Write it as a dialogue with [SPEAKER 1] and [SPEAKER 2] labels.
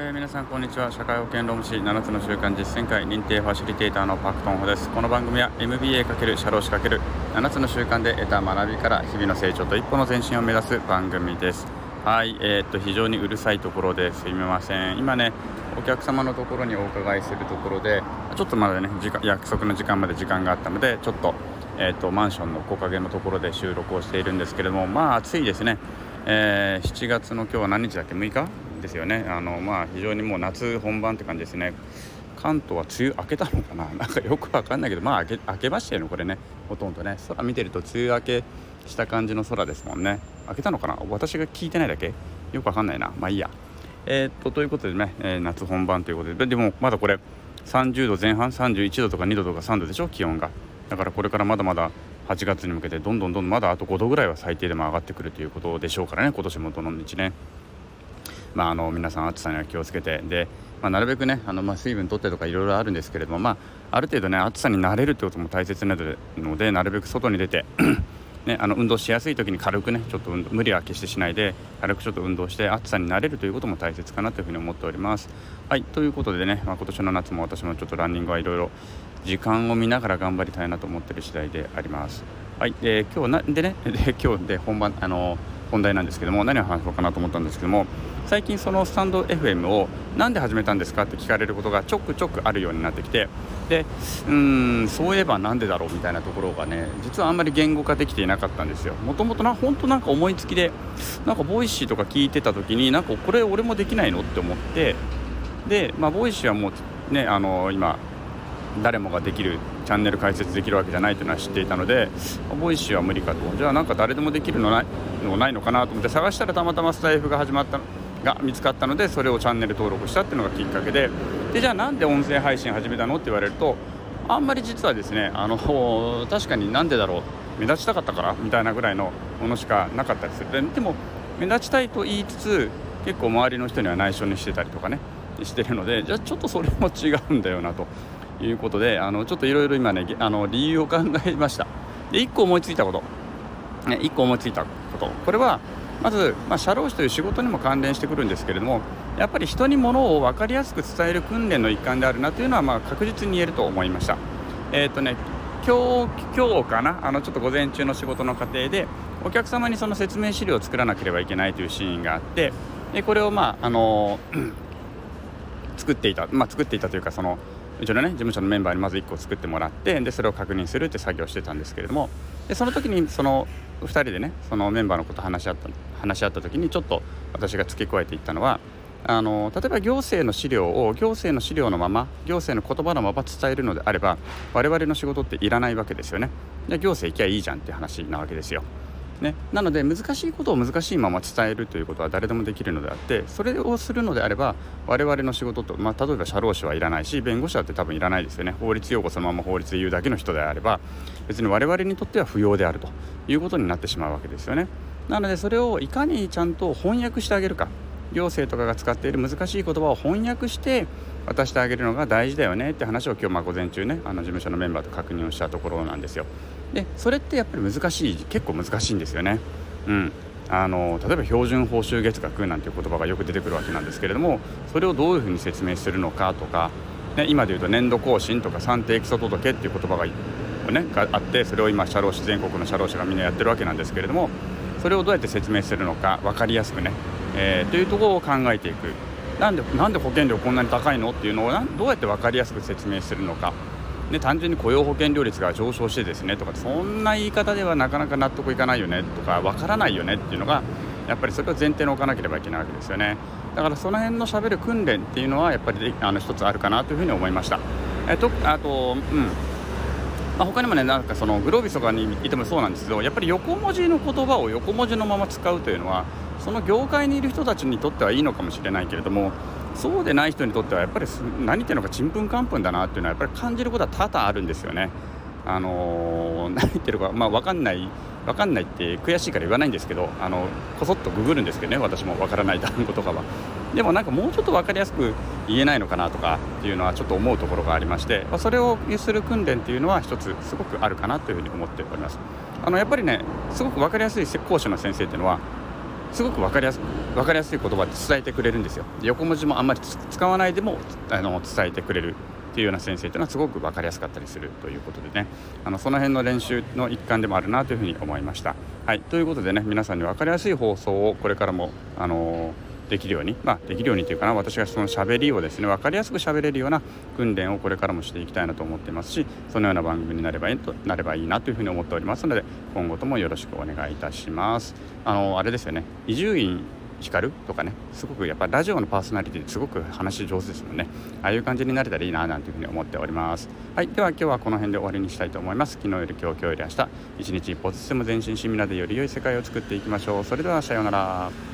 [SPEAKER 1] 皆さんこんにちは。社会保険労務士7つの習慣実践会認定ファシリテーターのパクトンホです。この番組は MBA× 社労士 ×7 つの習慣で得た学びから日々の成長と一歩の前進を目指す番組です。はい、非常にうるさいところですみません。今ね、お客様のところにお伺いするところで、ちょっとまだね約束の時間まで時間があったので、ちょっとマンションの木陰のところで収録をしているんですけれども、暑いですね。7月の今日は何日だっけ、6日ですよね。非常にもう夏本番って感じですね。関東は梅雨明けたのかな、なんかよくわかんないけど、明けましたよね、これね。ほとんどね、空見てると梅雨明けした感じの空ですもんね。明けたのかな、私が聞いてないだけ、よくわかんないな。いいや。ということでね、夏本番ということで、もまだこれ30度前半、31度とか2度とか3度でしょ、気温が。だからこれからまだまだ8月に向けてどんどんまだあと5度ぐらいは最低でも上がってくるということでしょうからね、今年もどの道ね。皆さん暑さには気をつけて、で、なるべくね水分取ってとかいろいろあるんですけれども、ある程度ね暑さに慣れるってことも大切なので、なるべく外に出てね、運動しやすい時に軽くね、ちょっと無理は決してしないで軽くちょっと運動して暑さに慣れるということも大切かなというふうに思っております。はい、ということでね、今年の夏も私もちょっとランニングはいろいろ時間を見ながら頑張りたいなと思っている次第であります。はい、今日で本番本題なんですけども、何を話そうかなと思ったんですけども、最近そのスタンド FM をなんで始めたんですかって聞かれることがちょくちょくあるようになってきて、でそういえばなんでだろうみたいなところがね、実はあんまり言語化できていなかったんですよ。もともと本当なんか思いつきで、なんかボイシーとか聞いてた時に、なんかこれ俺もできないのって思って、で、ボイシーはもうね今誰もができるチャンネル開設できるわけじゃないというのは知っていたので、ボイシーは無理かと。じゃあなんか誰でもできるのないのかなと思って探したら、たまたまスタイフが見つかったので、それをチャンネル登録したっていうのがきっかけで、じゃあなんで音声配信始めたのって言われると、あんまり実はですね確かになんでだろう、目立ちたかったからみたいなぐらいのものしかなかったりする。でも目立ちたいと言いつつ、結構周りの人には内緒にしてたりとかねしてるので、じゃあちょっとそれも違うんだよなということで、ちょっといろいろ今ね理由を考えました。で1個思いついたこと、これはまず、社労士という仕事にも関連してくるんですけれども、やっぱり人に物を分かりやすく伝える訓練の一環であるなというのは確実に言えると思いました。今日かな、ちょっと午前中の仕事の過程でお客様にその説明資料を作らなければいけないというシーンがあって、でこれを作っていたというか、うちのね事務所のメンバーにまず1個作ってもらって、でそれを確認するって作業をしてたんですけれども、でその時にその2人でね、そのメンバーのこと話し合った時に、ちょっと私が付け加えていったのは、例えば行政の資料のまま、行政の言葉のまま伝えるのであれば、我々の仕事っていらないわけですよね。で行政行きゃいいじゃんっていう話なわけですよね。なので難しいことを難しいまま伝えるということは誰でもできるのであって、それをするのであれば我々の仕事と、例えば社労士はいらないし、弁護士だって多分いらないですよね。法律用語そのまま法律で言うだけの人であれば、別に我々にとっては不要であるということになってしまうわけですよね。なのでそれをいかにちゃんと翻訳してあげるか、行政とかが使っている難しい言葉を翻訳して渡してあげるのが大事だよねって話を今日午前中ね、事務所のメンバーと確認をしたところなんですよ。でそれってやっぱり結構難しいんですよね。例えば標準報酬月額なんていう言葉がよく出てくるわけなんですけれども、それをどういうふうに説明するのかとか、今でいうと年度更新とか算定基礎届っていう言葉があって、それを今全国の社労士がみんなやってるわけなんですけれども、それをどうやって説明するのか分かりやすくね、というところを考えていく。なんで保険料こんなに高いのっていうのをどうやって分かりやすく説明するのか、単純に雇用保険料率が上昇してですねとか、そんな言い方ではなかなか納得いかないよねとか、分からないよねっていうのが、やっぱりそれを前提に置かなければいけないわけですよね。だからその辺の喋る訓練っていうのはやっぱり一つあるかなというふうに思いました。他にもね、なんかそのグロービスとかにいてもそうなんですけど、やっぱり横文字の言葉を横文字のまま使うというのは、その業界にいる人たちにとってはいいのかもしれないけれども、そうでない人にとってはやっぱり何言ってるのかちんぷんかんぷんだなっていうのはやっぱり感じることは多々あるんですよね。何言ってるか分かんないって悔しいから言わないんですけど、こそっとググるんですけどね、私も分からない単語とかは。でもなんかもうちょっと分かりやすく言えないのかなとかっていうのはちょっと思うところがありまして、それをする訓練っていうのは一つすごくあるかなというふうに思っております。やっぱりね、すごく分かりやすい講師の先生っていうのはすごく分かりやすい言葉で伝えてくれるんですよ。横文字もあんまり使わないでも伝えてくれるっていうような先生というのはすごく分かりやすかったりするということでね、その辺の練習の一環でもあるなというふうに思いました。はい、ということでね、皆さんに分かりやすい放送をこれからもできるように、できるようにというかな、私がその喋りをですね分かりやすく喋れるような訓練をこれからもしていきたいなと思っていますし、そのような番組になればいいなというふうに思っておりますので、今後ともよろしくお願いいたします。あれですよね、伊集院光とかね、すごくやっぱラジオのパーソナリティですごく話上手ですもんね。ああいう感じになれたらいいななんていうふうに思っております。はい、では今日はこの辺で終わりにしたいと思います。昨日より今日、今日より明日、一日一歩ずつでも前進し、みんなでより良い世界を作っていきましょう。それではさようなら。